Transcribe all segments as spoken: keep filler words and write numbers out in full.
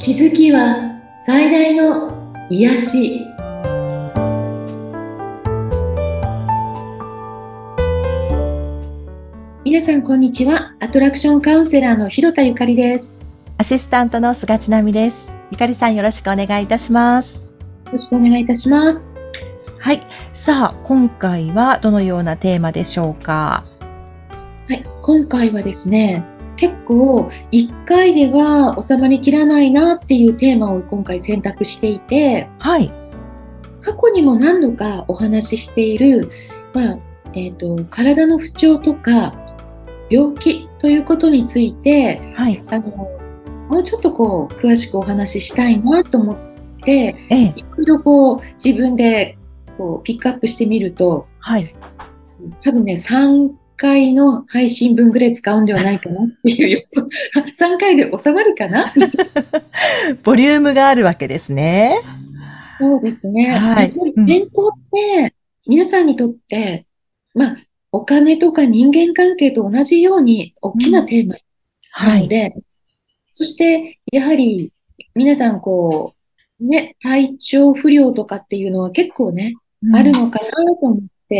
気づきは最大の癒し。皆さんこんにちは。アトラクションカウンセラーの広田ゆかりです。 アシスタントの菅千奈美です。ゆかりさん、よろしくお願いいたします。よろしくお願いいたします。 はい。さあ、今回はどのようなテーマでしょうか？ はい。今回はですね、結構いっかいでは収まりきらないなっていうテーマを今回選択していて、 はい。 過去にも何度かお話ししている、まあ、えっと、体の不調とか病気ということについて、 はい。 あの、もうちょっとこう、詳しくお話ししたいなと思って、 ええ。 いろいろこう、自分でこうピックアップしてみると、 はい。 多分ね、さんかいの配信分ぐらい使うんではないかなっていう予想。さんかいで収まるかなボリュームがあるわけですね。 そうですね。 はい。 やっぱりうん。 健康って皆さんにとって、まあ、お金とか人間関係と同じように大きなうん。 テーマなはい。 ので、そしてやはり皆さんこう、ね、体調不良とかっていうのは結構ね、 うん。 あるのかなと思って、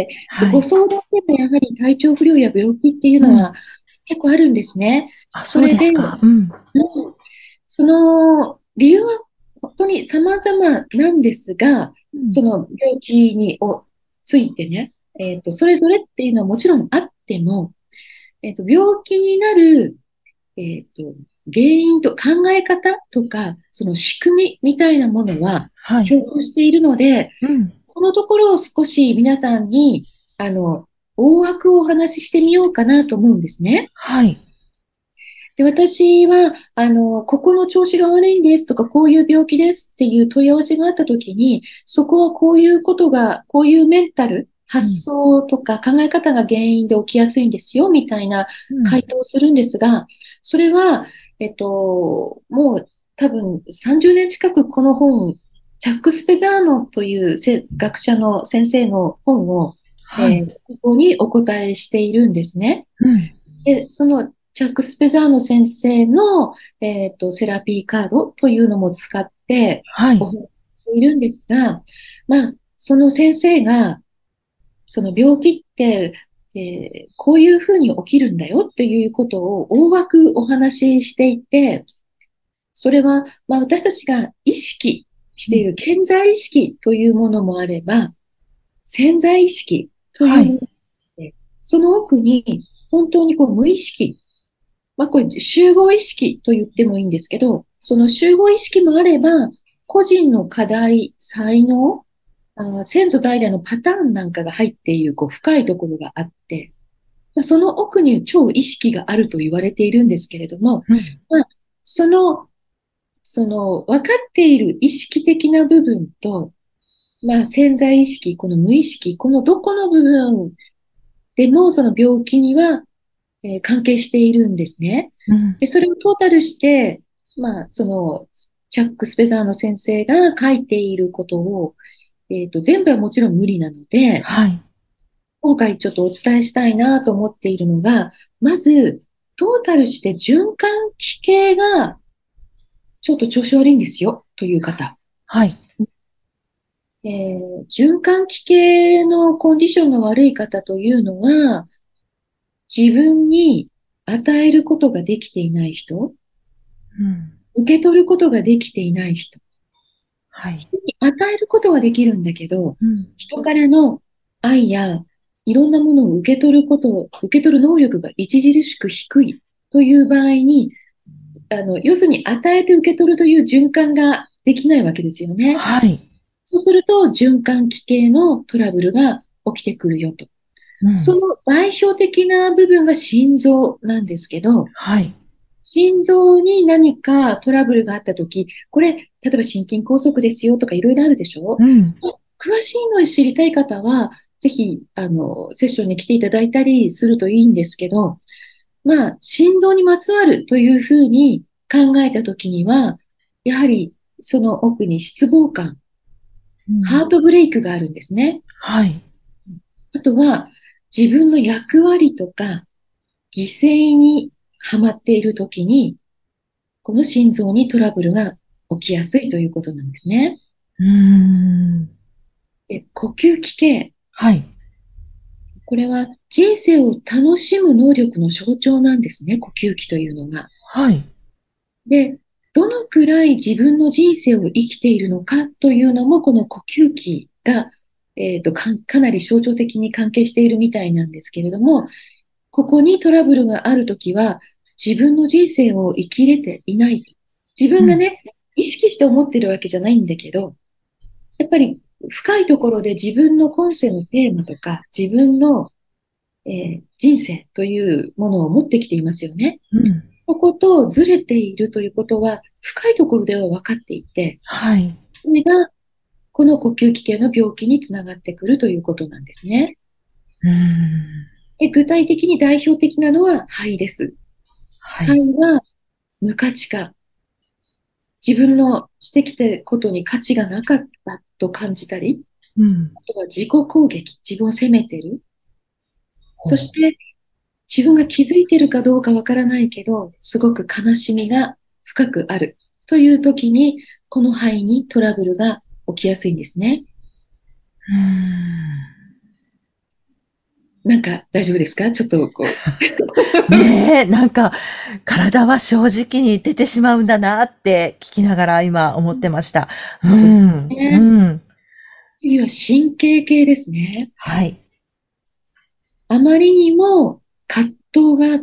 はい。 ご相談でもやはり体調不良や病気っていううん。 のは結構あるんですね。 あ、そうそれで、 ですか。うん。 うんその理由は本当に様々なんですが、 うん。 その病気にをついてね、えっと、それぞれっていうのはもちろんあっても、えっと、病気になる、えっと、原因と考え方とか、その仕組みみたいなものははい。 共通しているので、 うん。 このところを少し皆さんに、あの、大枠をお話ししてみようかなと思うんですね。 はい。 で、私は、あの、ここの調子が悪いんですとか、こういう病気ですっていう問い合わせがあったときに、そこはこういうことが、こういうメンタル、発うん。 想とか考え方が原因で起きやすいんですよ、みたいなうん。 回答をするんですが、それは、えっと、もう多分さんじゅうねん近くこの本、チャック・スペザーノというせ学者の先生の本を、 はい。 えーここにお答えしているんですね。 うん。 で、そのチャック・スペザーノ先生の、えっと、セラピーカードというのも使ってはい。 お話ししているんですが、まあ、その先生が、その病気って、えーこういうふうに起きるんだよっていうことを大枠お話ししていて、それは、まあ、私たちが意識している潜在意識というものもあれば、潜在意識といはい。 うもので、その奥に本当にこう無意識まあ、これ集合意識と言ってもいいんですけど、その集合意識もあれば、個人の課題、才能、あー先祖代々のパターンなんかが入っているこう深いところがあって、まあその奥に超意識があると言われているんですけれども、 うん。 まあ、その、その分かっている意識的な部分と、まあ、潜在意識、この無意識、このどこの部分でもその病気にはえー関係しているんですね。 うん。 で、それをトータルして、まあ、その、チャック・スペザーの先生が書いていることを、えっと、全部はもちろん無理なので、 はい。 今回ちょっとお伝えしたいなと思っているのが、まず、トータルして循環器系がちょっと調子悪いんですよ、という方。 はい。 えー循環器系のコンディションが悪い方というのは、自分に与えることができていない人、 うん。 受け取ることができていない人。 はい。 人に与えることはできるんだけど、 うん。 人からの愛やいろんなものを受け取ることを、受け取る能力が著しく低いという場合に、あの、要するに与えて受け取るという循環ができないわけですよね。 はい。 そうすると循環器系のトラブルが起きてくるよと。 うん。 その代表的な部分が心臓なんですけど、 はい。 心臓に何かトラブルがあったとき、これ、例えば心筋梗塞ですよとかいろいろあるでしょうん。 詳しいのを知りたい方は、ぜひ、あの、セッションに来ていただいたりするといいんですけど、まあ、心臓にまつわるというふうに考えたときには、やはりその奥に失望感、 うん。 ハートブレイクがあるんですね。 はい。 あとは、自分の役割とか犠牲にはまっているときに、この心臓にトラブルが起きやすいということなんですね。 うーん。 で、呼吸器系。 はい。 これは人生を楽しむ能力の象徴なんですね、呼吸器というのが。 はい。 で、どのくらい自分の人生を生きているのかというのも、この呼吸器が、えっと、か、かなり象徴的に関係しているみたいなんですけれども、ここにトラブルがあるときは、自分の人生を生きれていない。自うん。 分がね、意識して思ってるわけじゃないんだけど、やっぱり深いところで自分の今世のテーマとか、自分の、えー人生というものを持ってきていますよね。 うん。 こことずれているということは、深いところでは分かっていて、 はい。 それがこの呼吸器系の病気につながってくるということなんですね。 うーん。 で、具体的に代表的なのは肺です。肺はい。 は無価値観。自分のしてきたことに価値がなかったと感じたり、 うん。 あとは自己攻撃、自分を責めてる。 ほう。 そして自分が気づいてるかどうかわからないけど、すごく悲しみが深くあるという時に、この肺にトラブルが起きやすいんですね。 うーん。 なんか大丈夫ですか？ちょっとこねえ、なんか、体は正直に出てしまうんだなって聞きながら今思ってました。うう。 ん。うね、 ん。 次は神経系ですね。 はい。 あまりにも葛藤があって、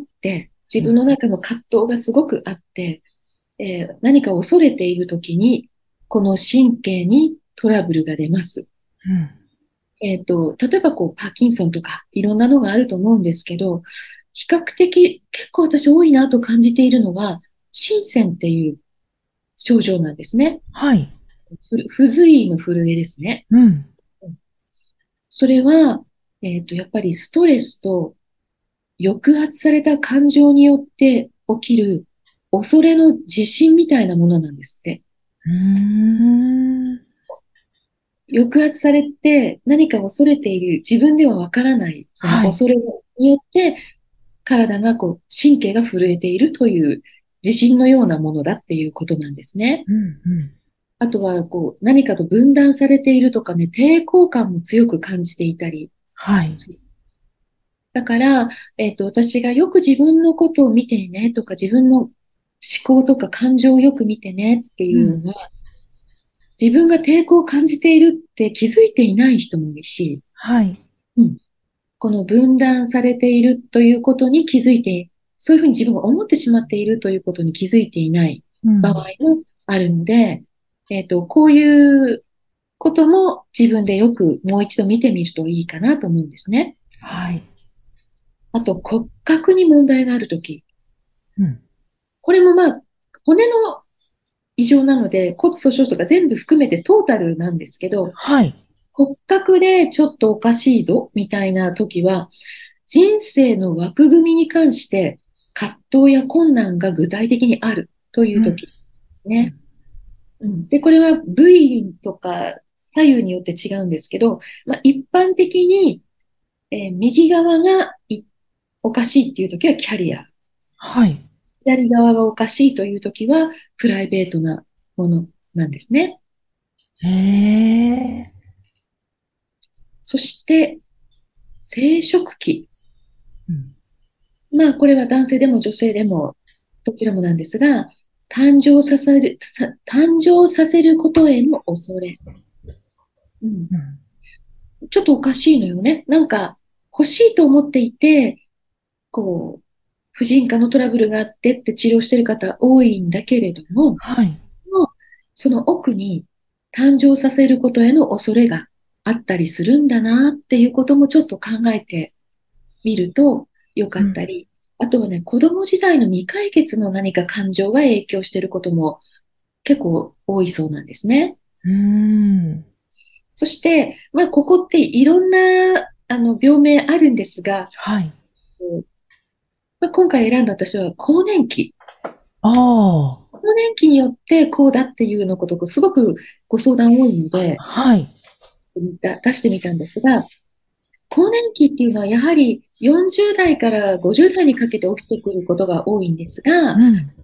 うん。 自分の中の葛藤がすごくあって、えー何か恐れているときに、この神経にトラブルが出ます。 うん。 えっと、例えばこう、パーキンソンとかいろんなのがあると思うんですけど、比較的結構私多いなと感じているのは、心線っていう症状なんですね。 はい。 ふ不随意の震えですね。 うん。 それは、えっと、やっぱりストレスと抑圧された感情によって起きる恐れの地震みたいなものなんですって。 うーん。 抑圧されて何か恐れている自分ではわからないそのはい。 恐れによって体がこう神経が震えているという地震のようなものだっていうことなんですね。 うん。うん。 あとはこう何かと分断されているとかね、抵抗感も強く感じていたり。 はい。 だから、えっと、私がよく自分のことを見てねとか、自分の思考とか感情をよく見てねってうん。 いうのは、自分が抵抗を感じているって気づいていない人もいるし、 はい。 うん、この分断されているということに気づいて、そういうふうに自分が思ってしまっているということに気づいていない場合うん。 もあるので、えっと、こういうことも自分でよくもう一度見てみるといいかなと思うんですね。 はい。 あと骨格に問題があるとき、 うん。 これもまあ、骨の異常なので、骨粗鬆とか全部含めてトータルなんですけど、 はい。 骨格でちょっとおかしいぞ、みたいな時は、人生の枠組みに関して葛藤や困難が具体的にあるというん。 う時ですね。うん、で、これは部位とか左右によって違うんですけど、まあ、一般的に、えー右側がいおかしいっていう時はキャリア。 はい。 左側がおかしいというときは、プライベートなものなんですね。 へえ。 そして、生殖器。 うん。 まあ、これは男性でも女性でも、どちらもなんですが、誕生させる、さ誕生させることへの恐れ。うん。 うん。 ちょっとおかしいのよね。なんか、欲しいと思っていて、こう、婦人科のトラブルがあってって治療してる方多いんだけれども、 はい。 もその奥に誕生させることへの恐れがあったりするんだなっていうこともちょっと考えてみるとよかうん。 ったり、あとはね、子供時代の未解決の何か感情が影響していることも結構多いそうなんですね。 うーん。 そして、まあ、ここっていろんなあの病名あるんですが、 はい。 まあ、今回選んだ私は更年期。 ああ。 更年期によってこうだっていうのことをすごくご相談多いので、 はい。 出してみたんですが、更年期っていうのはやはりよんじゅう代からごじゅう代にかけて起きてくることが多いんですが、 うん。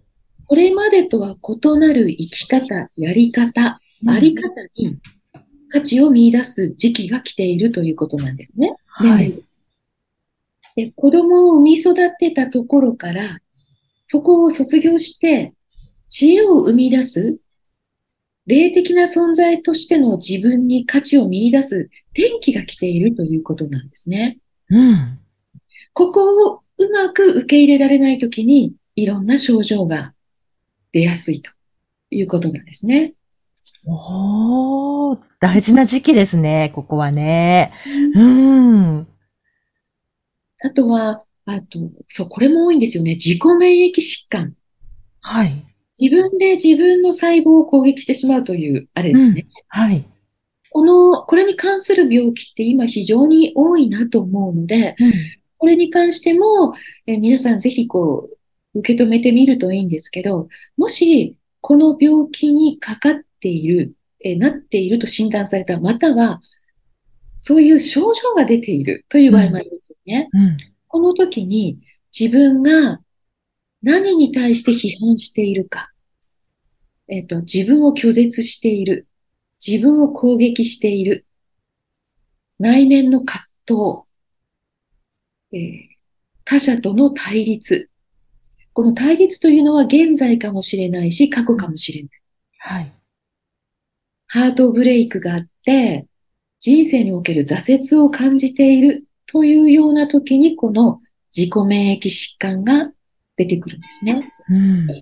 これまでとは異なる生き方、やり方、 うん。 あり方に価値を見出す時期が来ているということなんですね。年はい。 齢で、子供を産み育てたところから、そこを卒業して、知恵を生み出す、霊的な存在としての自分に価値を見出す転機が来ているということなんですね。 うん。 ここをうまく受け入れられないときに、いろんな症状が出やすいということなんですね。 おー、大事な時期ですね、ここはね。うん。 あとは、あと、そう、これも多いんですよね。自己免疫疾患。 はい。 自分で自分の細胞を攻撃してしまうという、あれでうん。 すね。 はい。 この、これに関する病気って今非常に多いなと思うので、 うん。 これに関しても、えー皆さんぜひこう、受け止めてみるといいんですけど、もし、この病気にかかっている、えーなっていると診断された、または、そういう症状が出ているといううん。 場合もありますよね。 うん。 この時に、自分が何に対して批判しているか、えっと、自分を拒絶している、自分を攻撃している、内面の葛藤、えー他者との対立。この対立というのは現在かもしれないし、過去うん。 かもしれない。 はい。 ハートブレイクがあって、人生における挫折を感じているというような時に、この自己免疫疾患が出てくるんですね。 うん。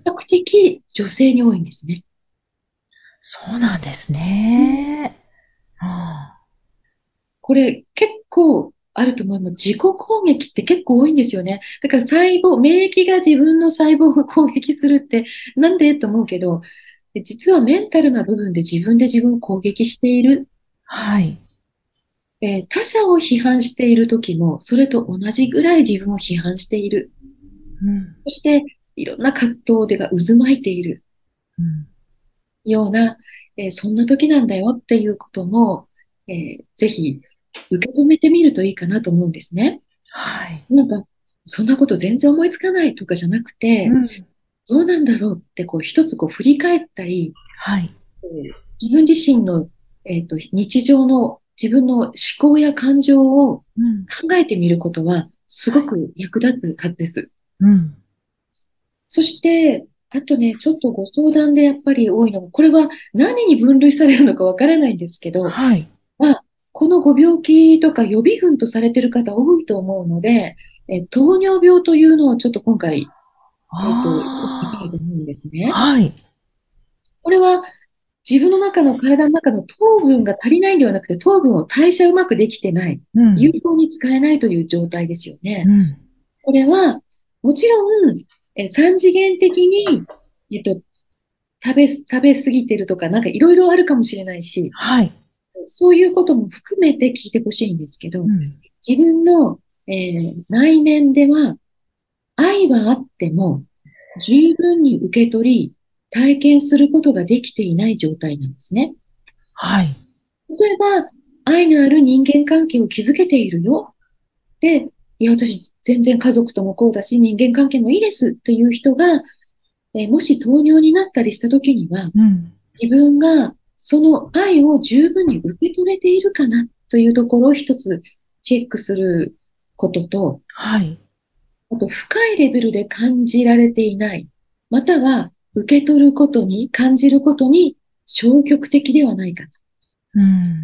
比較的女性に多いんですね。 そうなんですうん、 ね。はこれ結構あると思います。自己攻撃って結構多いんですよね。だから細胞、免疫が自分の細胞を攻撃するってなんでと思うけど、実はメンタルな部分で自分で自分を攻撃している。 あ。はい。 えー他者を批判している時も、それと同じぐらい自分を批判している。 うん。 そして、いろんな葛藤でが渦巻いているうん。 ような、えーそんな時なんだよっていうことも、えーぜひ受け止めてみるといいかなと思うんですね。 はい。 なんか、そんなこと全然思いつかないとかじゃなくて、 うん。 どうなんだろうってこう一つこう振り返ったり、 はい。 えー自分自身の、えっと、日常の自分の思考や感情をうん。 考えてみることはすはい。 ごく役立つはずです。 うん。 そして、あとね、ちょっとご相談でやっぱり多いのが、これは何に分類されるのかわからないんですけど、 はい。 まあ、このご病気とか予備軍とされている方多いと思うので、え糖尿病というのをちょっと今回、えっと、言いたいああ。 と思うんですね。 はい。 これは自分の中の体の中の糖分が足りないんではなくて、糖分を代謝うまくできてない、 うん。 有効に使えないという状態ですよね。 うん。 これは、もちろん、え三次元的に、えっと、食べ、食べ過ぎてるとか、なんかいろいろあるかもしれないし、 はい。 そういうことも含めて聞いてほしいんですけど、 うん。 自分の、えー内面では愛はあっても十分に受け取り、体験することができていない状態なんですね。 はい。 例えば、愛のある人間関係を築けているよ。で、いや、私全然家族ともこうだし、人間関係もいいですっていう人が、えーもし糖尿になったりした時には、 うん。 自分がその愛を十分に受け取れているかなというところを一つチェックすることと、 はい。 あと深いレベルで感じられていない、または受け取ることに、感じることに消極的ではないかな。 うん。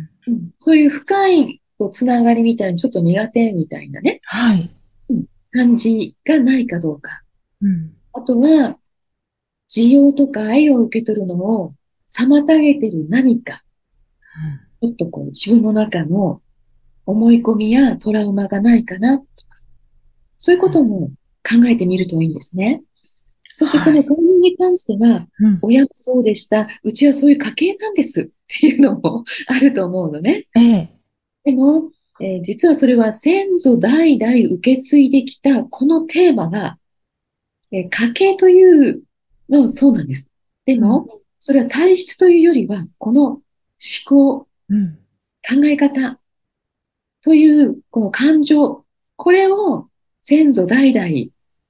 うん、そういう深いこうつながりみたいにちょっと苦手みたいなね、 はい。 うん、感じがないかどうか。 うん。 あとは、需要とか愛を受け取るのを妨げてる何か、ちょっとこう自分の中の思い込みやトラウマがないかな。そういうことも考えてみるといいんですね。そしてこはい。 の導入に関しては、 うん。 親もそうでした。うちはそういう家系なんですっていうのもあると思うのね。 ええ。 でも、えー実はそれは先祖代々受け継いできたこのテーマが、えー家系というのそうなんです。でうん。 も、それは体質というよりは、この思考、 うん。 考え方というこの感情、これを先祖代々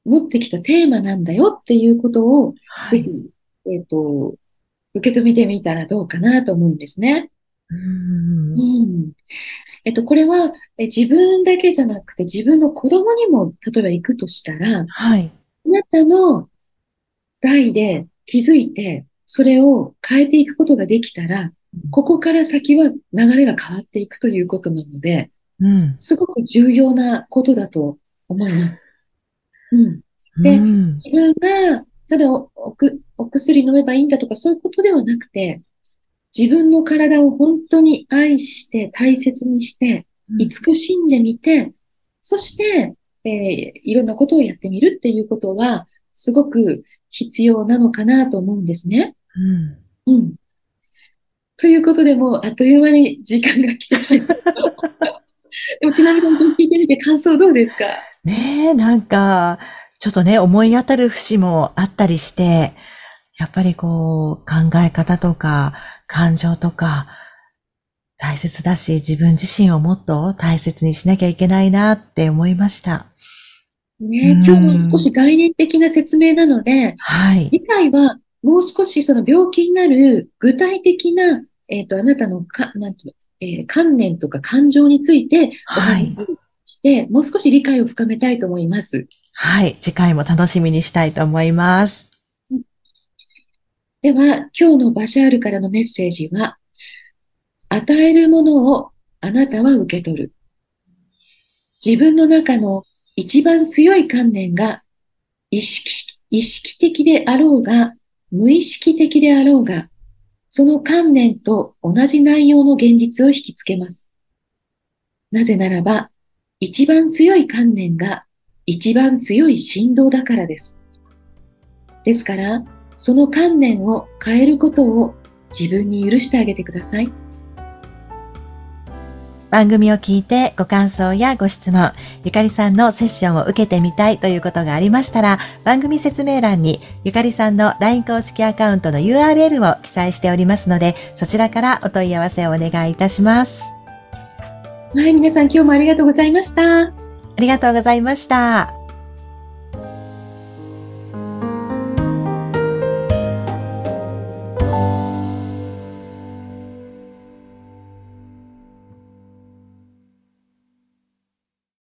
持ってきたテーマなんだよっていうことを、ぜひ、 はい。 えっと、受け止めてみたらどうかなと思うんですね。 うーうん。 ん。えっと、これは、え、自分だけじゃなくて、自分の子供にも、例えば行くとしたら、あはい。 なたの代で気づいて、それを変えていくことができたら、ここから先は流れが変わっていくということなので、 うん。 すごく重要なことだと思います。うん。 うで、 ん。 自分が、ただお、おく、お薬飲めばいいんだとか、そういうことではなくて、自分の体を本当に愛して大切にして、 うん。 慈しんでみて、そして、えーいろんなことをやってみるっていうことは、すごく必要なのかなと思うんですね。 うん。 うん。ということでもう、あっという間に時間が来てしまう。でも、ちなみに、これ聞いてみて感想どうですか？ ねえ、なんか、ちょっとね、思い当たる節もあったりして、やっぱりこう、考え方とか、感情とか、大切だし、自分自身をもっと大切にしなきゃいけないなって思いました。うーね、今日は少ん。 し概念的な説明なので、 はい。 次回はもう少しその病気になる具体的な、えっと、あなたのか、なんていうの、えー観念とか感情についてお話はい。 しして、もう少し理解を深めたいと思います。 はい。次回も楽しみにしたいと思います。 では、今日のバシャールからのメッセージは、与えるものをあなたは受け取る。自分の中の一番強い観念が意識、意識的であろうが、無意識的であろうが、その観念と同じ内容の現実を引きつけます。なぜならば、一番強い観念が一番強い振動だからです。ですから、その観念を変えることを自分に許してあげてください。 番組を聞いてご感想やご質問、ゆかりさんのセッションを受けてみたいということがありましたら、番組説明欄にゆかりさんの ライン 公式アカウントの ユーアールエル を記載しておりますので、そちらからお問い合わせをお願いいたします。 はい、皆さん今日もありがとうございました。 ありがとうございました。